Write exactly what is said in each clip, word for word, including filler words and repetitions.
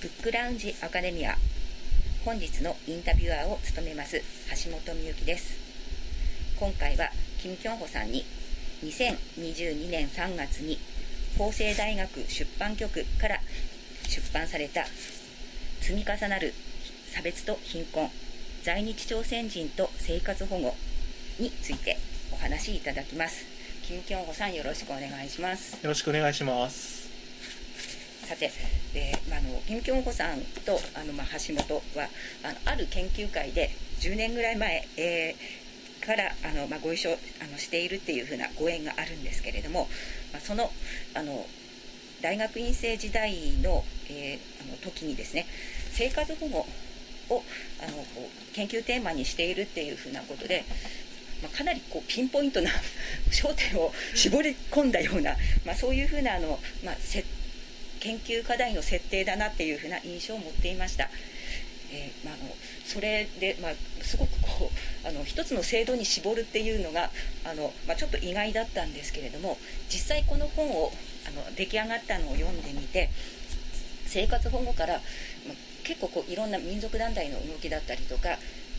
ブックラウンジアカデミア、本日のインタビュアーを務めます橋本美幸です。今回はキム・キョンホさんににせんにじゅうにねんさんがつに法政大学出版局から出版された積み重なる差別と貧困、在日朝鮮人と生活保護についてお話しいただきます。キム・キョンホさん、よろしくお願いします。 よろしくお願いします。 さて、えーまあ、あのキム・キョンホさんとあの、まあ、橋本はあのある研究会でじゅうねんぐらい前、えー、からあの、まあ、ご一緒あのしているっていうふうなご縁があるんですけれども、まあ、そのあの大学院生時代の、えー、あの時にですね、生活保護をあの研究テーマにしているっていうふうなことで、まあ、かなりこうピンポイントな焦点を絞り込んだような、まあ、そういうふうなあの、まあ、せ研究課題の設定だなっていうふうな印象を持っていました。えーまあ、あのそれで、まあ、すごくこうあの一つの制度に絞るっていうのがあの、まあ、ちょっと意外だったんですけれども、実際この本をあの出来上がったのを読んでみて、生活保護から、まあ、結構こういろんな民族団体の動きだったりとか、あの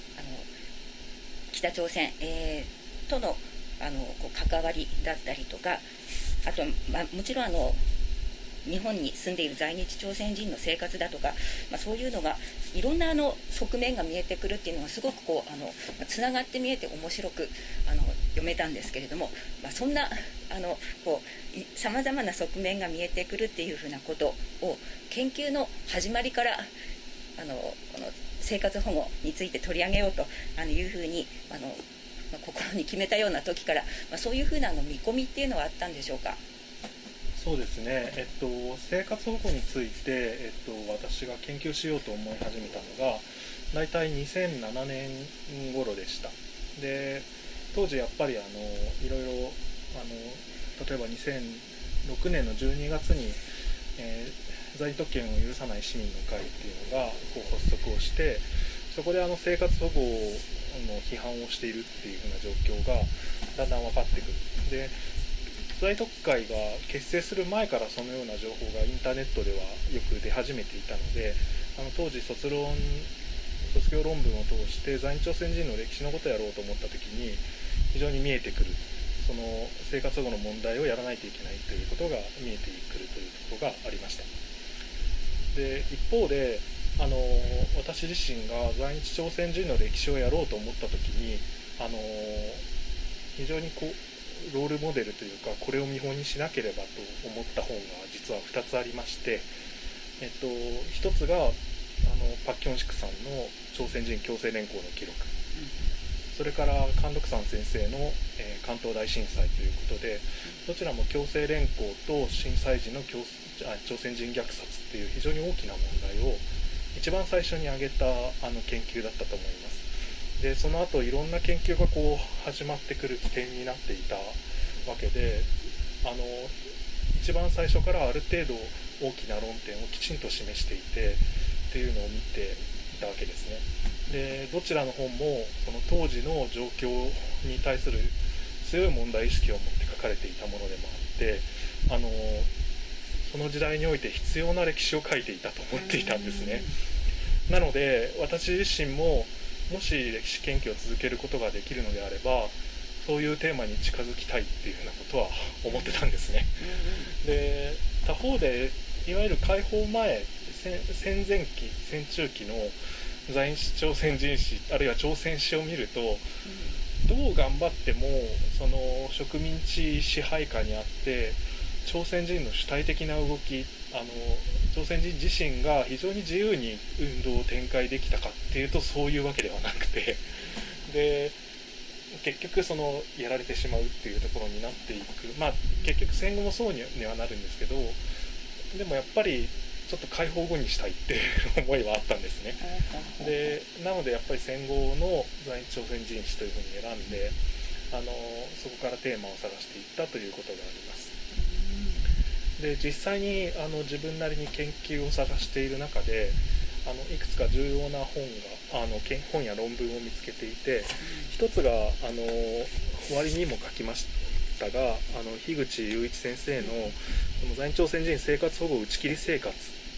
北朝鮮、えー、との、あのこう関わりだったりとか、あと、まあ、もちろんあの日本に住んでいる在日朝鮮人の生活だとか、まあ、そういうのがいろんなあの側面が見えてくるっていうのがすごくこうあのつながって見えて面白くあの読めたんですけれども、まあ、そんなあのこうさまざまな側面が見えてくるっていうふうなことを研究の始まりからあのこの生活保護について取り上げようとあのいうふうにあの、まあ、心に決めたような時から、まあ、そういうふうなの見込みっていうのはあったんでしょうか。 そうですね、えっと、生活保護について、えっと、私が研究しようと思い始めたのがだいたいにせんななねん頃でした。で当時やっぱりあのいろいろあの例えばにせんろくねんのじゅうにがつに、えー、在特権を許さない市民の会っていうのがこう発足をして、そこであの生活保護の批判をしているっていう風な状況がだんだん分かってくる。で在特会が結成する前からそのような情報がインターネットではよく出始めていたので、あの当時卒論卒業論文を通して在日朝鮮人の歴史のことをやろうと思った時に非常に見えてくる、その生活保護の問題をやらないといけないということが見えてくるというところがありました。で一方であの私自身が在日朝鮮人の歴史をやろうと思った時にあの非常にこうロールモデルというか、これを見本にしなければと思った本が実はふたつありまして、えっと、ひとつがあのパク・キョンシクさんの朝鮮人強制連行の記録、それから韓六山先生の、えー、関東大震災ということで、どちらも強制連行と震災時の強あ朝鮮人虐殺っていう非常に大きな問題を一番最初に挙げたあの研究だったと思います。でその後いろんな研究がこう始まってくる起点になっていたわけで、あの一番最初からある程度大きな論点をきちんと示していてっていうのを見ていたわけですね。でどちらの本もその当時の状況に対する強い問題意識を持って書かれていたものでもあって、あのその時代において必要な歴史を書いていたと思っていたんですね。なので私自身ももし歴史研究を続けることができるのであれば、そういうテーマに近づきたいっていうふうなことは思ってたんですね。で他方でいわゆる解放前、戦前期戦中期の在日朝鮮人史あるいは朝鮮史を見ると、どう頑張ってもその植民地支配下にあって朝鮮人の主体的な動き、あの朝鮮人自身が非常に自由に運動を展開できたかっていうとそういうわけではなくて、で結局そのやられてしまうっていうところになっていく、まあ結局戦後もそうにはなるんですけど、でもやっぱりちょっと解放後にしたいっていう思いはあったんですね。でなのでやっぱり戦後の在日朝鮮人史というふうに選んで、あのそこからテーマを探していったということがあります。で実際にあの自分なりに研究を探している中で、あのいくつか重要な本があの本や論文を見つけていて、一つがあの終わりにも書きましたが、あの樋口雄一先生の「この在日朝鮮人生活保護打ち切り生活」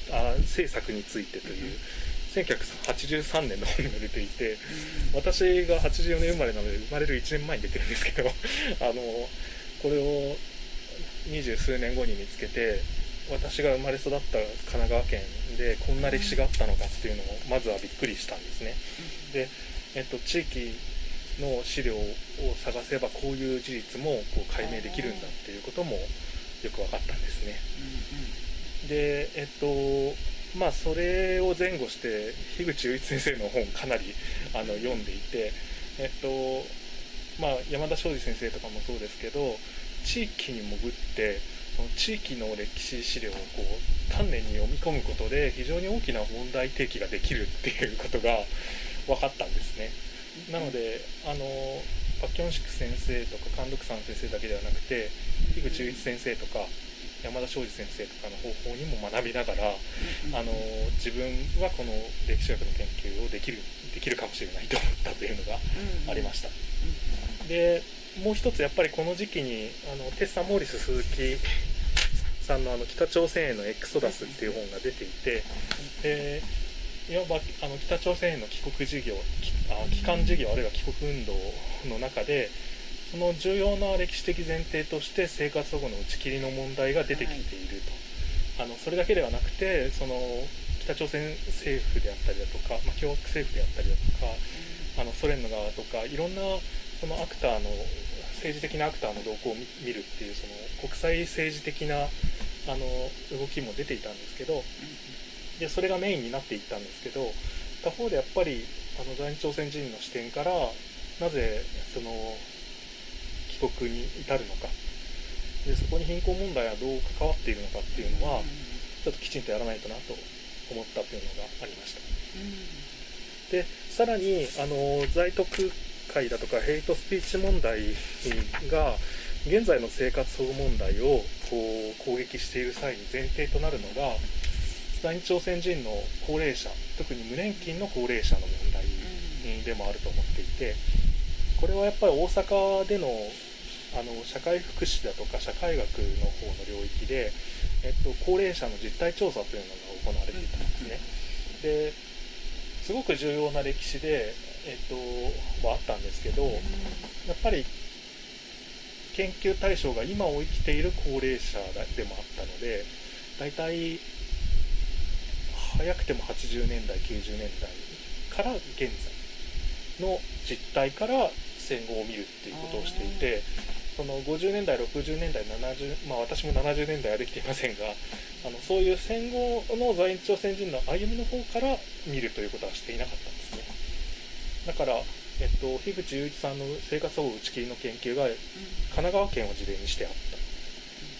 あ政策についてというせんきゅうひゃくはちじゅうさんねんの本が出ていて、私がはちじゅうよねん生まれなので生まれるいちねんまえに出てるんですけどあのこれを二十数年後に見つけて、私が生まれ育った神奈川県でこんな歴史があったのかっていうのをまずはびっくりしたんですね。で、えっと、地域の資料を探せばこういう事実もこう解明できるんだっていうこともよく分かったんですね。で、えっとまあそれを前後して樋口雄一先生の本かなりあの読んでいて、えっとまあ山田昌司先生とかもそうですけど、地域に潜ってその地域の歴史資料をこう丹念に読み込むことで非常に大きな問題提起ができるっていうことが分かったんですね。なのであのパッキョンシク先生とかカンドクさん先生だけではなくて、樋口雄一先生とか山田昌司先生とかの方法にも学びながら、あの自分はこの歴史学の研究をできるできるかもしれないと思ったというのがありました。でもう一つやっぱりこの時期にあのテッサ・モーリス鈴木さんのあの北朝鮮へのエクソダスっていう本が出ていて、でいわばあの北朝鮮への帰国事業、あ帰還事業あるいは帰国運動の中でその重要な歴史的前提として生活保護の打ち切りの問題が出てきていると、はい、あのそれだけではなくてその北朝鮮政府であったりだとか、まあ、共和国政府であったりだとか、あのソ連の側とかいろんなそのアクターの政治的なアクターの動向を見るっていうその国際政治的なあの動きも出ていたんですけど、でそれがメインになっていったんですけど、他方でやっぱりあの在日朝鮮人の視点からなぜその帰国に至るのか、でそこに貧困問題はどう関わっているのかっていうのはちょっときちんとやらないとなと思ったというのがありました。でさらにあの在特会だとかヘイトスピーチ問題が現在の生活保護問題をこう攻撃している際に前提となるのが在日朝鮮人の高齢者、特に無年金の高齢者の問題でもあると思っていて、これはやっぱり大阪でのあの社会福祉だとか社会学の方の領域で、えっと、高齢者の実態調査というのが行われていたんですね。ですごく重要な歴史で、えっと、はあったんですけど、やっぱり研究対象が今を生きている高齢者でもあったので、だいたい早くてもはちじゅうねんだいきゅうじゅうねんだいから現在の実態から戦後を見るっていうことをしていて、そのごじゅうねんだいろくじゅうねんだいななじゅう、まあ、私もななじゅうねんだいはできていませんが、あのそういう戦後の在日朝鮮人の歩みの方から見るということはしていなかったんですね。だから、えっと、樋口雄一さんの生活保護打ち切りの研究が神奈川県を事例にしてあった。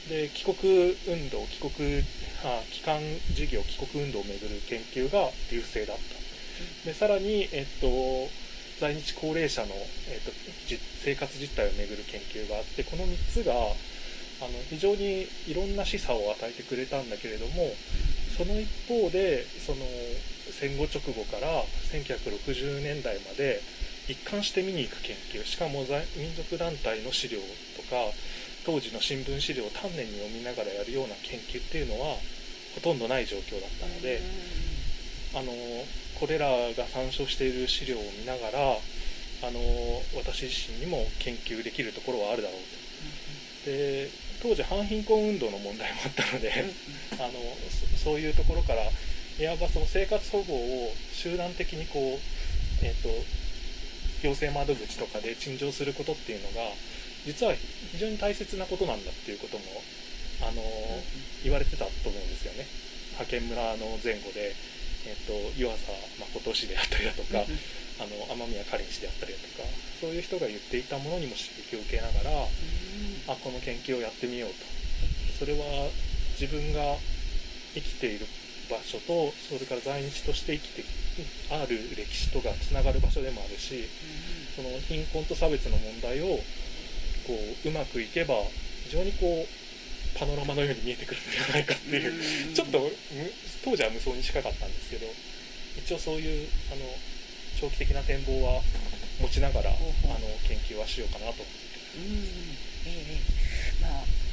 で帰国運動帰国あ帰還事業帰国運動をめぐる研究が優勢だった。でさらに、えっと、在日高齢者の、えっと、生活実態をめぐる研究があって、このみっつがあの非常にいろんな示唆を与えてくれたんだけれども、その一方でその戦後直後からせんきゅうひゃくろくじゅうねんだいまで一貫して見に行く研究、しかも民族団体の資料とか当時の新聞資料を丹念に読みながらやるような研究っていうのはほとんどない状況だったので、あのこれらが参照している資料を見ながらあの私自身にも研究できるところはあるだろうと。で当時反貧困運動の問題もあったのであの そ, そういうところからいわばその生活保護を集団的にこう、えー、と行政窓口とかで陳情することっていうのが実は非常に大切なことなんだっていうこともあの言われてたと思うんですよね。派遣村の前後で、えー、と湯浅誠氏であったりだとかあの雨宮かりん氏であったりだとか、そういう人が言っていたものにも刺激を受けながら、あこの研究をやってみようと。それは自分が生きている場所とそれから在日として生きてある歴史とがつながる場所でもあるし、その貧困と差別の問題をこううまくいけば非常にこうパノラマのように見えてくるのではないかっていう、ちょっと当時は無双に近かったんですけど、一応そういうあの長期的な展望は持ちながらあの研究はしようかなと思っています。 うんええまあ、あの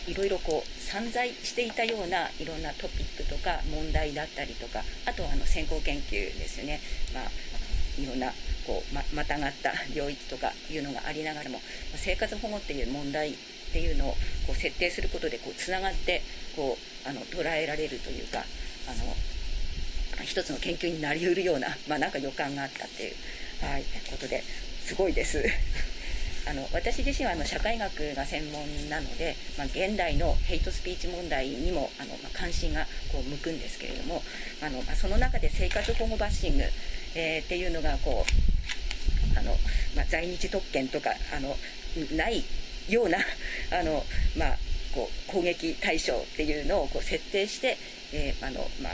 いろいろこう散在していたようないろんなトピックとか問題だったりとか、あとはあの先行研究ですよね、まあ、いろんなこう ま, またがった領域とかいうのがありながらも、生活保護っていう問題っていうのをこう設定することでこうつながってこうあの捉えられるというか、あの一つの研究になりうるような、まあ、なんか予感があったっていう、はい、ことですごいですあの私自身はあの社会学が専門なので、まあ、現代のヘイトスピーチ問題にもあの、まあ、関心がこう向くんですけれども、あの、まあ、その中で生活保護バッシング、えー、っていうのがこうあの、まあ、在日特権とかあのないようなあの、まあ、こう攻撃対象っていうのをこう設定して、えーあのまあ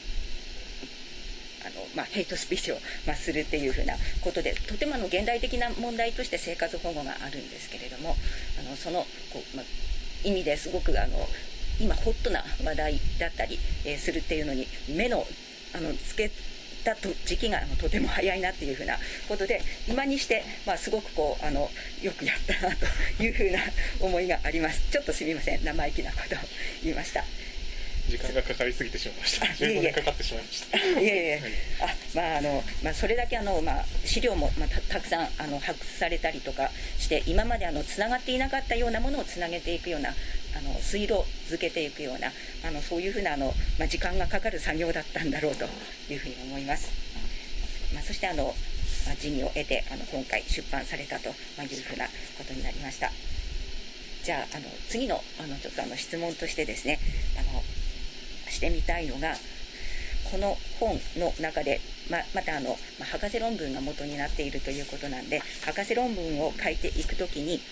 あのまあ、ヘイトスピーチを、まあ、するっていうふうなことで、とてもあの現代的な問題として生活保護があるんですけれども、あのそのこう、まあ、意味ですごくあの今ホットな話題だったり、えー、するっていうのに目のあのつけたと時期があのとても早いなっていうふうなことで、今にして、まあ、すごくこうあのよくやったなというふうな思いがあります。ちょっとすみません、生意気なことを言いました。 時間がかかりすぎてしまいました。じゅうごねんかかってしまいました。 いえいえ、あ、まああのまあそれだけあのまあ資料もまあ た, たくさんあの発掘されたりとかして、今まであのつながっていなかったようなものをつなげていくような、あの水路づけていくような、あのそういうふうなあのまあ時間がかかる作業だったんだろうというふうに思います。まあそしてあの、まあ、辞儀を得てあの今回出版されたというふうなことになりました。じゃああの次のあのちょっとあの質問としてですね、あのしてみたいのが、この本の中で、ままたあの、ま博士論文が元になっているということなんで、博士論文を書いていくときに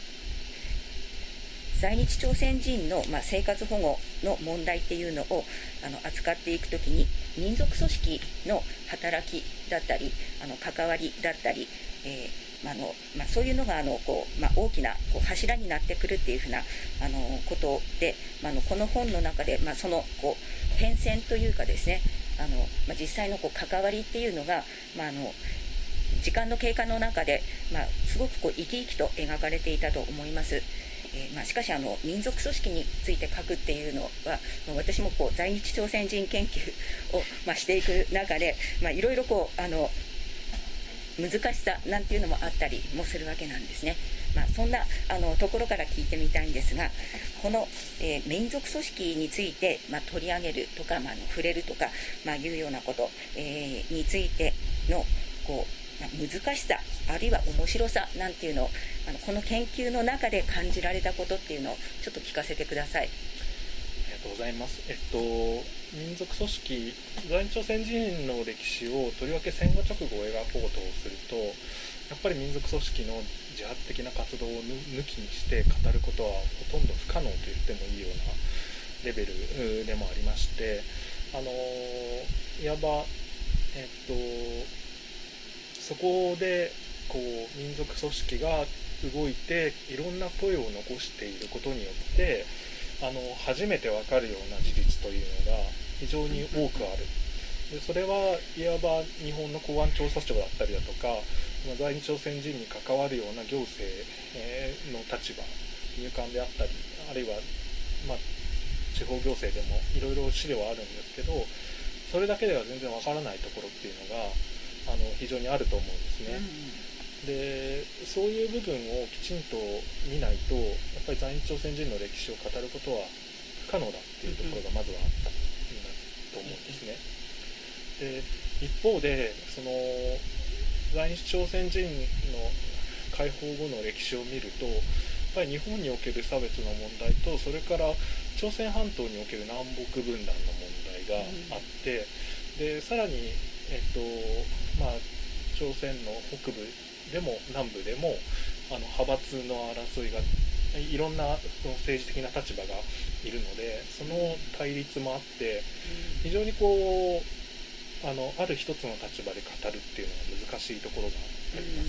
在日朝鮮人の、ま生活保護の問題っていうのをあの扱っていくときに、民族組織の働きだったりあの関わりだったり、えーまあのまあ、そういうのがあのこう、まあ、大きなこう柱になってくるっていうふうなあのことで、まあ、のこの本の中で、まあ、そのこう変遷というかですね、あの、まあ、実際のこう関わりっていうのが、まあ、あの時間の経過の中で、まあ、すごくこう生き生きと描かれていたと思います。えーまあ、しかしあの民族組織について書くっていうのは、まあ、私もこう在日朝鮮人研究を、まあ、していく中で、まあ、いろいろこうあの難しさなんていうのもあったりもするわけなんですね。まあ、そんなあのところから聞いてみたいんですが、この、えー、民族組織について、まあ、取り上げるとか、まあ、あの触れるとか、まあ、いうようなこと、えー、についてのこう、まあ、難しさあるいは面白さなんていうのをあのこの研究の中で感じられたことっていうのをちょっと聞かせてください。 ありがとうございます。えっと民族組織、在日朝鮮人の歴史をとりわけ戦後直後を描こうとすると、やっぱり民族組織の自発的な活動を抜きにして語ることはほとんど不可能と言ってもいいようなレベルでもありまして、あのいわば、えっと、そこでこう民族組織が動いていろんな声を残していることによってあの初めて分かるような事実というのが非常に多くある。でそれはいわば日本の公安調査庁だったりだとか在日朝鮮人に関わるような行政の立場、入管であったりあるいは、まあ、地方行政でもいろいろ資料はあるんですけど、それだけでは全然分からないところっていうのがあの非常にあると思うんですね。うん、でそういう部分をきちんと見ないとやっぱり在日朝鮮人の歴史を語ることは不可能だっていうところがまずはあったと思うんですね。で一方でその在日朝鮮人の解放後の歴史を見るとやっぱり日本における差別の問題とそれから朝鮮半島における南北分断の問題があって、でさらに、えっとまあ、朝鮮の北部でも南部でもあの派閥の争いがいろんな政治的な立場がいるので、その対立もあって非常にこうあのある一つの立場で語るっていうのが難しいところがあります。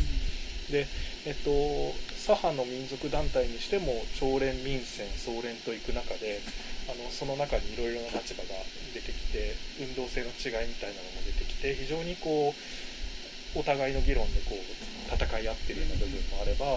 で、えっと、左派の民族団体にしても朝連、民選、総連といく中であのその中にいろいろな立場が出てきて運動性の違いみたいなのも出てきて非常にこうお互いの議論でこう戦い合っているような部分もあれば、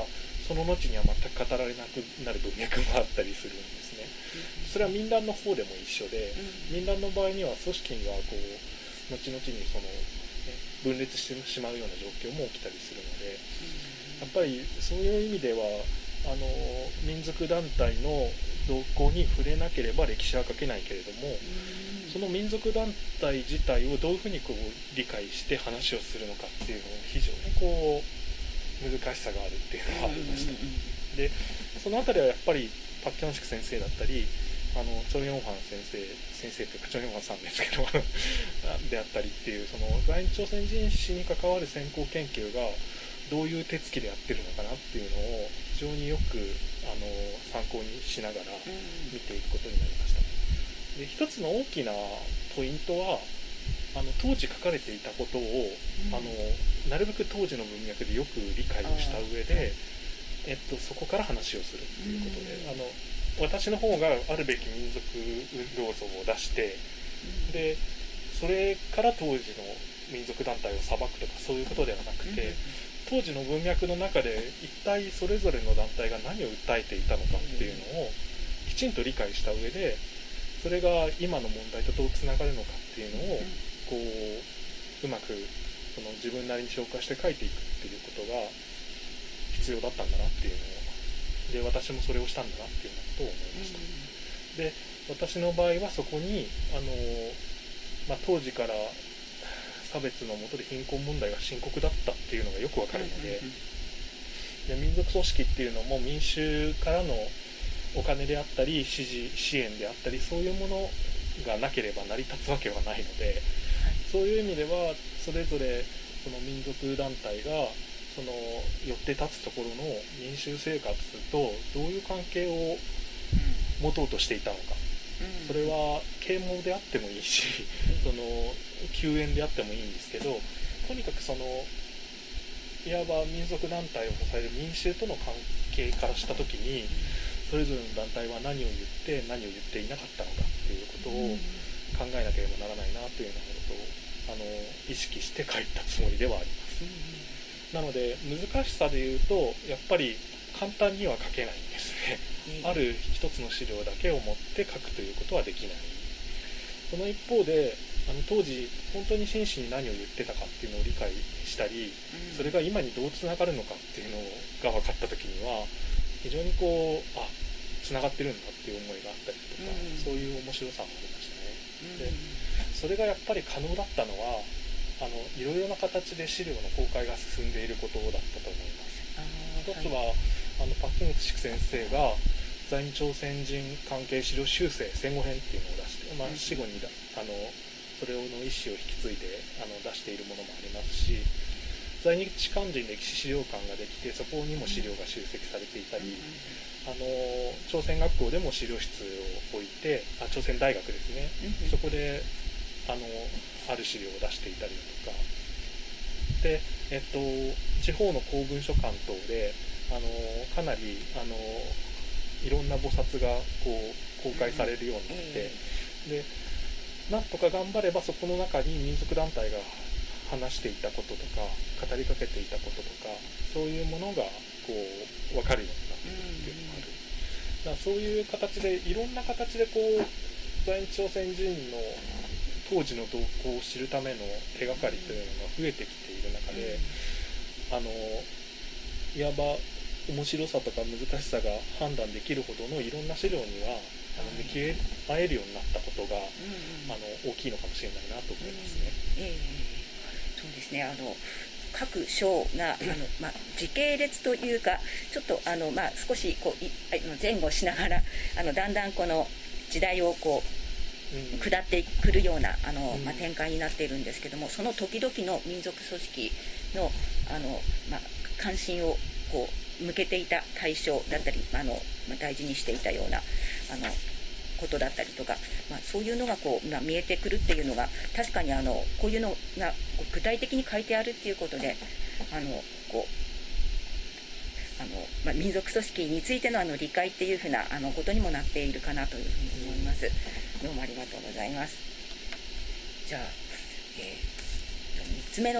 その後には全く語られなくなる文脈もあったりするんですね。それは民団の方でも一緒で、民団の場合には組織がこう後々にその、ね、分裂してしまうような状況も起きたりするので、やっぱりそういう意味ではあの民族団体の動向に触れなければ歴史は書けないけれども、その民族団体自体をどういうふうにこう理解して話をするのかっていうのを非常にこう難しさがあるっていうのがありました。でそのあたりはやっぱりパッキャンシク先生だったり、あのチョン・ヨンファン先生先生というかチョン・ヨンファンさんですけどであったりっていう、その在日朝鮮人史に関わる先行研究がどういう手つきでやってるのかなっていうのを非常によくあの参考にしながら見ていくことになりました。で一つの大きなポイントはあの当時書かれていたことを、うん、あのなるべく当時の文脈でよく理解をした上で、えっと、そこから話をするっていうことで、うん、あの私の方があるべき民族運動像を出して、うん、でそれから当時の民族団体を裁くとかそういうことではなくて、うん、当時の文脈の中で一体それぞれの団体が何を訴えていたのかっていうのをきちんと理解した上で、それが今の問題とどうつながるのかっていうのをこううまくその自分なりに消化して書いていくっていうことが必要だったんだなっていうのを、で私もそれをしたんだなっていうことを思いました。で私の場合はそこにあの、まあ、当時から差別の下で貧困問題が深刻だったっていうのがよくわかるので、で民族組織っていうのも民衆からのお金であったり支持支援であったりそういうものがなければ成り立つわけはないので、そういう意味ではそれぞれその民族団体がそのよって立つところの民衆生活とどういう関係を持とうとしていたのか、それは啓蒙であってもいいしその救援であってもいいんですけど、とにかくそのいわば民族団体を支える民衆との関係からしたときに、それぞれの団体は何を言って何を言っていなかったのかっていうことを考えなければならないなというようなことをあの意識して書いたつもりではあります。なので難しさでいうとやっぱり簡単には書けないんですね。ある一つの資料だけを持って書くということはできない。その一方であの当時本当に真摯に何を言ってたかっていうのを理解したり、それが今にどうつながるのかっていうのが分かった時には非常にこうあつながってるんだっていう思いがあったりとか、そういう面白さもありましたね。でそれがやっぱり可能だったのはあのいろいろな形で資料の公開が進んでいることだったと思います。一つは、はい、あのパッキングシク先生が在日朝鮮人関係資料修正戦後編っていうのを出して、まあ、死後にだあのそれの意思を引き継いであの出しているものもありますし、在日韓人歴史資料館ができてそこにも資料が集積されていたり、あの朝鮮学校でも資料室を置いて、あ朝鮮大学ですね、そこであのある資料を出していたりとかで、えっと、地方の公文書館等であのかなりあのいろんな菩薩がこう公開されるようになって、でなんとか頑張ればそこの中に民族団体が話していたこととか語りかけていたこととかそういうものがこう分かるようになっているっていうのがある。だからそういう形でいろんな形でこう在日朝鮮人の当時の動向を知るための手がかりというのが増えてきている中で、あのいわば面白さとか難しさが判断できるほどのいろんな資料にはあの見極めるようになったことが、うんうん、あの大きいのかもしれないなと思いますね。うんえー、そうですね。あの各章があの、まあ、時系列というかちょっとあの、まあ、少しこうい前後しながらあのだんだんこの時代をこう下ってくるようなあの、まあ、展開になっているんですけども、その時々の民族組織の、あの、まあ、関心をこう向けていた対象だったりあの、まあ、大事にしていたようなあのことだったりとか、まあ、そういうのがこう、まあ、見えてくるっていうのが確かにあのこういうのが具体的に書いてあるっていうことであのこうあの、まあ、民族組織についてのあの理解っていうふうなあのことにもなっているかなというふうに思います。どうもありがとうございます。じゃあ、えー、みっつめの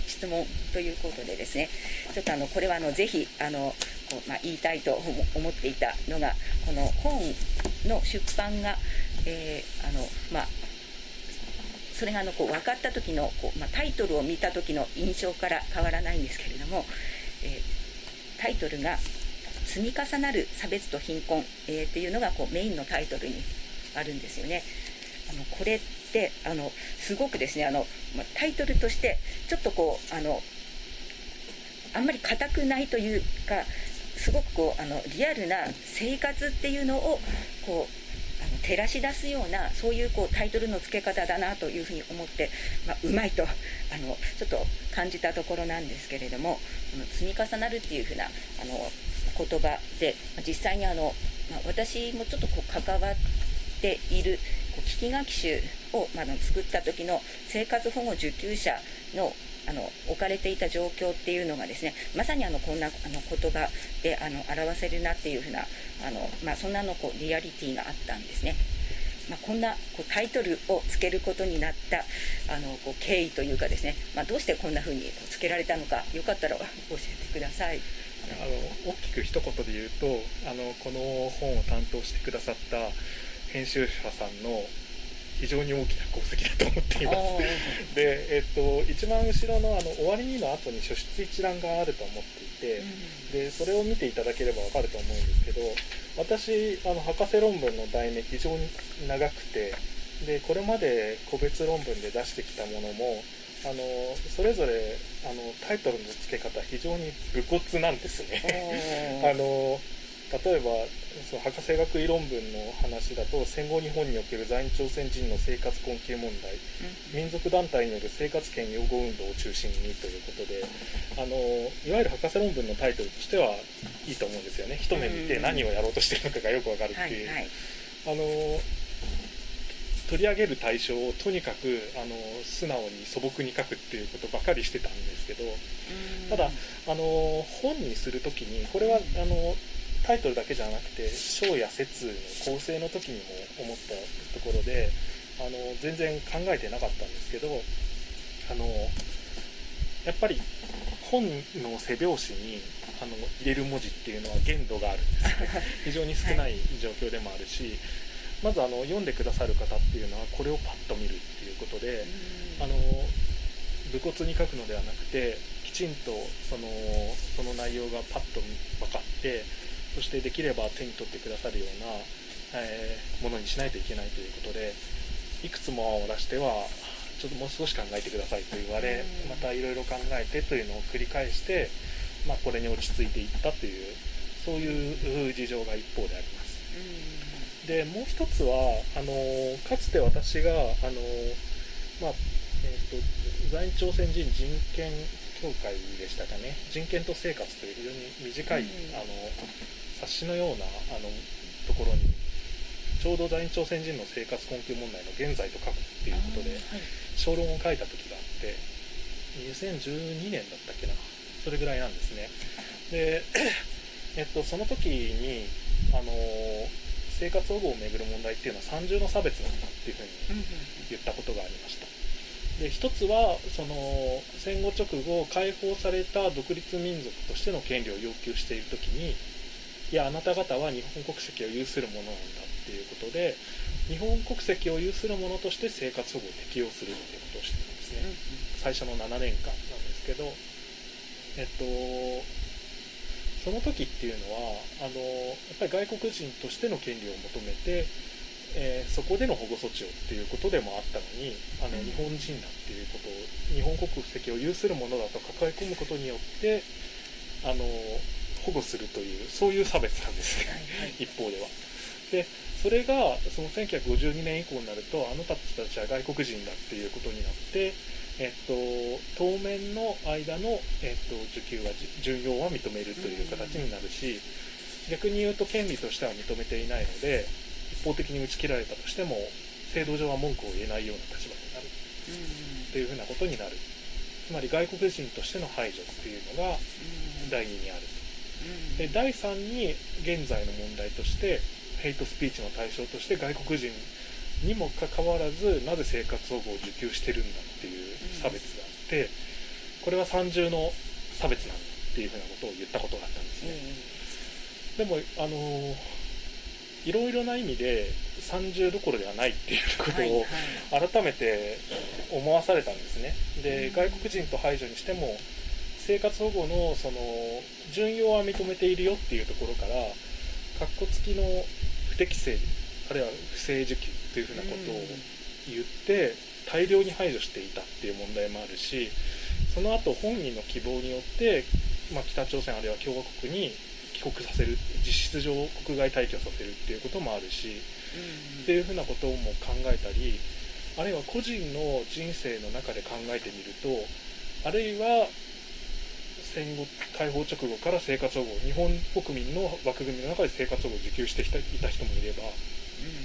質問ということでですね、ちょっとあのこれはあのぜひあのこう、まあ、言いたいと思っていたのが、この本の出版が、えーあのまあ、それがあのこう分かった時のこう、まあ、タイトルを見た時の印象から変わらないんですけれども、えー、タイトルが積み重なる差別と貧困、えー、っていうのがこうメインのタイトルにあるんですよね。あのこれってあのすごくですね、あの、まあ、タイトルとしてちょっとこうあのあんまり硬くないというか、すごくこうあのリアルな生活っていうのをこうあの照らし出すような、そういうこうタイトルの付け方だなというふうに思って、まあ、うまいとあのちょっと感じたところなんですけれども、この積み重なるっていうふうなあの言葉で、実際にあの、まあ、私もちょっとこう関わっているこう聞き書き集を、まあ、作った時の生活保護受給者のあの置かれていた状況っていうのがですね、まさにあのこんなあの言葉であの表せるなっていうふうなあの、まあ、そんなのこうリアリティがあったんですね。まあ、こんなこうタイトルをつけることになったあのこう経緯というかですね、まあ、どうしてこんなふうにこうつけられたのか、よかったら教えてください。 あの大きく一言で言うと、あのこの本を担当してくださった編集者さんの非常に大きな功績だと思っています。で、えっと、一番後ろのあの終わりにの後に書出一覧があると思っていて、でそれを見ていただければ分かると思うんですけど、私あの博士論文の題名非常に長くて、でこれまで個別論文で出してきたものもあのそれぞれあのタイトルの付け方非常に武骨なんですね。あの例えばその博士学位論文の話だと、戦後日本における在日朝鮮人の生活困窮問題、うん、民族団体による生活権擁護運動を中心にということで、あのいわゆる博士論文のタイトルとしてはいいと思うんですよね。一目見て何をやろうとしているのかがよくわかるっていう、はいはい、あの取り上げる対象をとにかくあの素直に素朴に書くっていうことばかりしてたんですけど、ただあの本にするときにこれはあのタイトルだけじゃなくて章や節の構成の時にも思ったところで、あの全然考えてなかったんですけど、あのやっぱり本の背表紙にあの入れる文字っていうのは限度があるんです非常に少ない状況でもあるし、まずあの読んでくださる方っていうのはこれをパッと見るっていうことで、あの武骨に書くのではなくてきちんとそのその内容がパッと分かって、そしてできれば手に取ってくださるような、えー、ものにしないといけないということで、いくつも案を出してはちょっともう少し考えてくださいと言われ、またいろいろ考えてというのを繰り返して、まあ、これに落ち着いていったという、そういう事情が一方であります。でもう一つはあのかつて私があの、まあえー、と在日朝鮮人人権協会でしたかね、人権と生活という非常に短い、うん、あの冊子のようなあのところにちょうど在日朝鮮人の生活困窮問題の現在と過去っていうことで、はい、小論を書いた時があって、にせんじゅうにねんだったっけな、それぐらいなんですね。で、えっと、その時にあの生活保護をめぐる問題っていうのは三重の差別なんだっていうふうに言ったことがありました。で一つはその戦後直後解放された独立民族としての権利を要求しているときに、いやあなた方は日本国籍を有するものなんだっていうことで、日本国籍を有するものとして生活保護を適用するっていうことをしてたんですね、うんうん、最初のななねんかんなんですけど、えっとその時っていうのはあのやっぱり外国人としての権利を求めて、えー、そこでの保護措置をっていうことでもあったのに、あの日本人だっていうことを、日本国籍を有するものだと抱え込むことによってあの保護するという、そういう差別なんですね、はいはい、一方では。でそれがそのせんきゅうひゃくごじゅうにねん以降になると、あなたたちは外国人だっていうことになって、えっと、当面の間の、えっと、受給は準用は認めるという形になるし、逆に言うと権利としては認めていないので、一方的に打ち切られたとしても制度上は文句を言えないような立場になるというふうなことになる。つまり外国人としての排除っていうのがだいににある。でだいさんに現在の問題としてヘイトスピーチの対象として外国人にもかかわらずなぜ生活保護を受給してるんだっていう差別があって、 これは三重の差別なんだっていうふうなことを言ったことがあったんですね、うん、でもあのいろいろな意味で三重どころではないっていうことを改めて思わされたんですね。で、外国人と排除にしても生活保護のその準用は認めているよっていうところからカッコ付きの不適正あるいは不正受給というふうなことを言って大量に排除していたっていう問題もあるし、その後本人の希望によって、まあ、北朝鮮あるいは共和国に帰国させる、実質上国外退去させるっていうこともあるし、うん、っていうふうなことも考えたり、あるいは個人の人生の中で考えてみると、あるいは戦後解放直後から生活保護、日本国民の枠組みの中で生活保護を受給していた人もいれば、うん、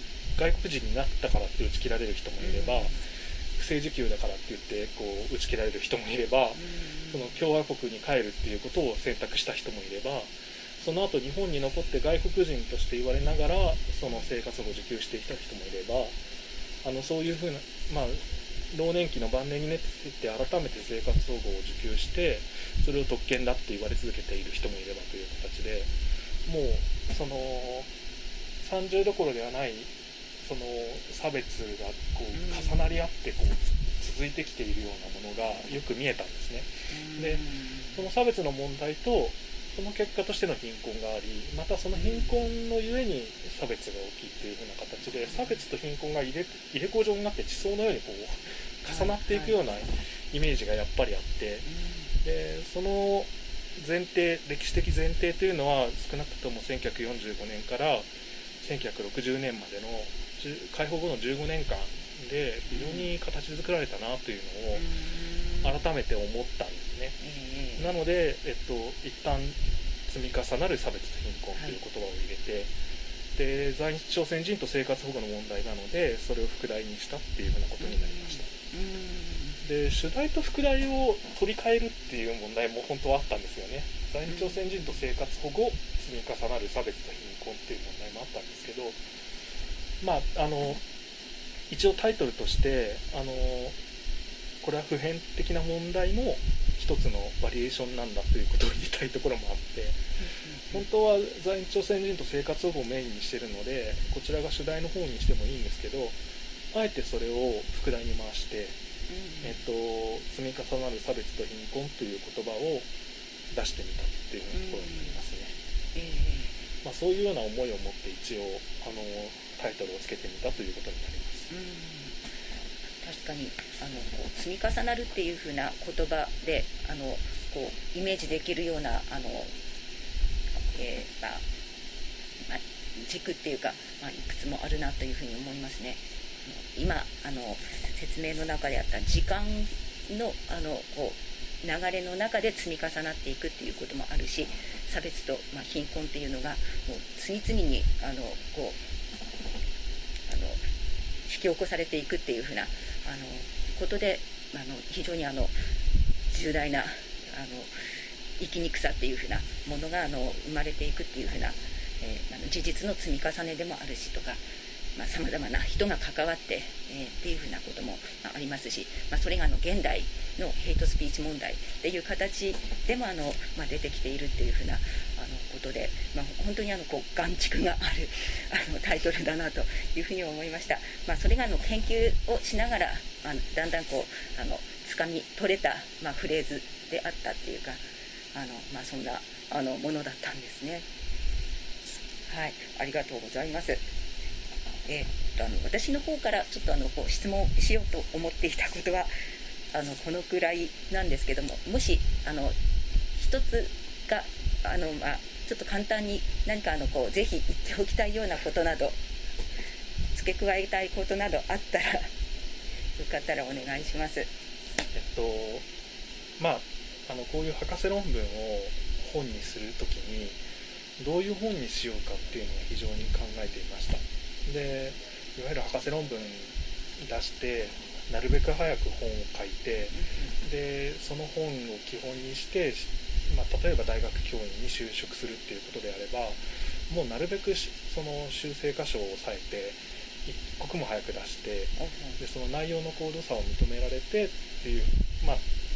外国人になったからって打ち切られる人もいれば、うん、不正受給だからって言ってこう打ち切られる人もいれば、うん、その共和国に帰るっていうことを選択した人もいれば、その後日本に残って外国人として言われながらその生活保護を受給していた人もいれば、あのそういうふうな、まあ、老年期の晩年になって改めて生活保護を受給してそれを特権だって言われ続けている人もいればという形で、もうその三重どころではないその差別がこう重なり合ってこう続いてきているようなものがよく見えたんですね。で、その差別の問題とその結果としての貧困があり、またその貧困のゆえに差別が起きっていう風な形で、差別と貧困が入れ、入れ子状になって地層のようにこう重なっていくようなイメージがやっぱりあって、でその前提、歴史的前提というのは少なくともせんきゅうひゃくよんじゅうごねんからせんきゅうひゃくろくじゅうねんまでの解放後のじゅうごねんかんで非常に形作られたなというのを改めて思ったんですね。なので、えっと、一旦積み重なる差別と貧困という言葉を入れて、はい、で在日朝鮮人と生活保護の問題なのでそれを副題にしたっていうふうなことになりました。で主題と副題を取り替えるっていう問題も本当はあったんですよね。在日朝鮮人と生活保護積み重なる差別と貧困っていう問題もあったんですけど、まああの一応タイトルとしてあのこれは普遍的な問題の一つのバリエーションなんだということを言いたいところもあって、本当は在日朝鮮人と生活保護をメインにしているのでこちらが主題の方にしてもいいんですけど、あえてそれを副題に回して、えっと、積み重なる差別と貧困という言葉を出してみたっていうようなところになりますね。まあ、そういうような思いを持って一応あのタイトルをつけてみたということになります。 確かにあのこう積み重なるっていう風な言葉であのこうイメージできるようなあの、えーまあまあ、軸っていうか、まあ、いくつもあるなというふうに思いますね。今あの説明の中であった時間のあのこう流れの中で積み重なっていくっていうこともあるし、差別と、まあ、貧困っていうのがもう次々にあのこうあの引き起こされていくっていうふうなあのことで、あの非常にあの重大なあの生きにくさっていうふうなものがあの生まれていくっていうふうな、えー、あの事実の積み重ねでもあるしとか、さまざ、まな人が関わって、えー、っていうふうなことも、まあ、ありますし、まあ、それがあの現代のヘイトスピーチ問題っていう形でもあの、まあ、出てきているっていうふうなあのことで、まあ、本当にあのこう眼蓄があるあのタイトルだなというふうに思いました。まあ、それがあの研究をしながらあのだんだんこうあの掴み取れた、まあ、フレーズであったっていうか、あの、まあ、そんなあのものだったんですね。はい、ありがとうございます。えー、とあの私の方からちょっとあのこう質問しようと思っていたことはあのこのくらいなんですけども、もしあの一つがあの、まあ、ちょっと簡単に何かあのこうぜひ言っておきたいようなことなど付け加えたいことなどあったらよかったらお願いします。えっとまああのこういう博士論文を本にするときにどういう本にしようかっていうのを非常に考えていました。でいわゆる博士論文出してなるべく早く本を書いて、でその本を基本にして、まあ、例えば大学教員に就職するっていうことであれば、もうなるべくその修正箇所を抑えて一刻も早く出して、でその内容の高度差を認められてっていう、まあ、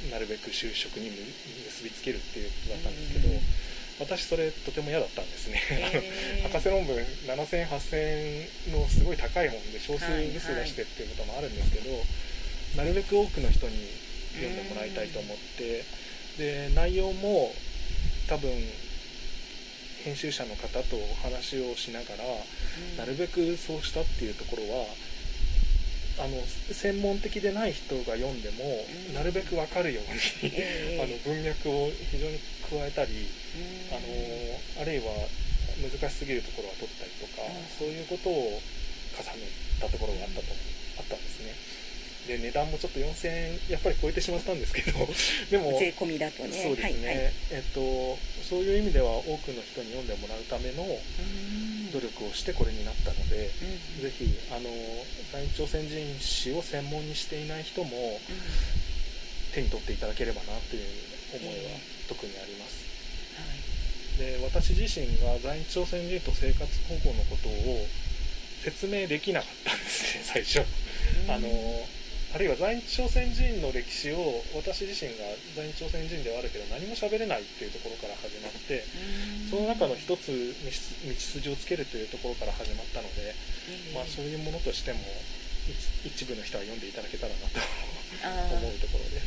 なるべく就職に結びつけるっていうことだったんですけど、うん、私それとても嫌だったんですね、えー、博士論文ななせんはっせんえんのすごい高い本で少数部数出してっていうこともあるんですけど、はいはい、なるべく多くの人に読んでもらいたいと思って、で内容も多分編集者の方とお話をしながら、うん、なるべくそうしたっていうところはあの専門的でない人が読んでも、うん、なるべく分かるように、えー、あの文脈を非常に加えたり、うん、あのあるいは難しすぎるところは取ったりとか、うん、そういうことを重ねたところがあったと、あったんですね。で値段もちょっとよんせんえんやっぱり超えてしまったんですけどでも税込みだとね、 そうですね、はいはい、えっと、そういう意味では多くの人に読んでもらうための努力をしてこれになったので、うん、ぜひあの在日朝鮮人史を専門にしていない人も手に取っていただければなという思いは特にあります、えーはい、で私自身が在日朝鮮人と生活保護のことを説明できなかったんですね最初、うん、あのあるいは在日朝鮮人の歴史を私自身が在日朝鮮人ではあるけど何も喋れないっていうところから始まって、その中の一つ道筋をつけるというところから始まったので、まあ、そういうものとしても一部の人は読んでいただけたらなと思うところです。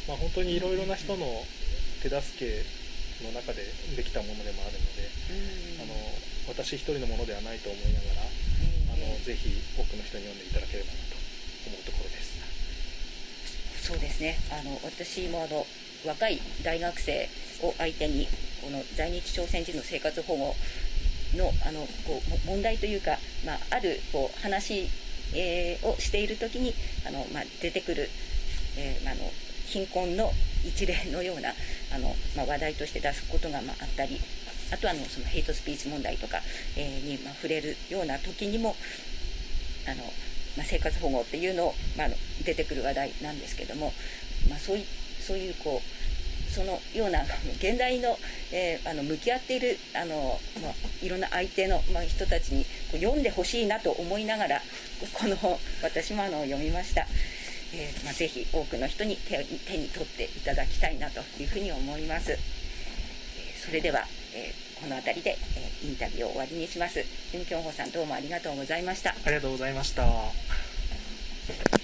まあ、本当にいろいろな人の手助けの中でできたものでもあるので、あの私一人のものではないと思いながら、あのぜひ多くの人に読んでいただければなと思うところです。 そうですね、あの私もあの若い大学生を相手にこの在日朝鮮人の生活保護の、あのこう問題というか、まあ、あるこう話、えー、をしているときにあの、まあ、出てくる、えー、あの貧困の一例のようなあの、まあ、話題として出すことが、まあ、あったり、あとはあのそのヘイトスピーチ問題とか、えー、に、まあ、触れるような時にもあのまあ、生活保護っていうのを、まあ、出てくる話題なんですけども、まあ、そうい、そういうこうそのような現代の、えー、あの向き合っているあの、まあ、いろんな相手の、まあ、人たちにこう読んでほしいなと思いながらこの本私もあの読みました、えーまあ、ぜひ多くの人に 手, 手に取っていただきたいなというふうに思います。それでは、えーこの辺りで、えー、インタビューを終わりにします。キム・キョンホさん、どうもありがとうございました。 ありがとうございました。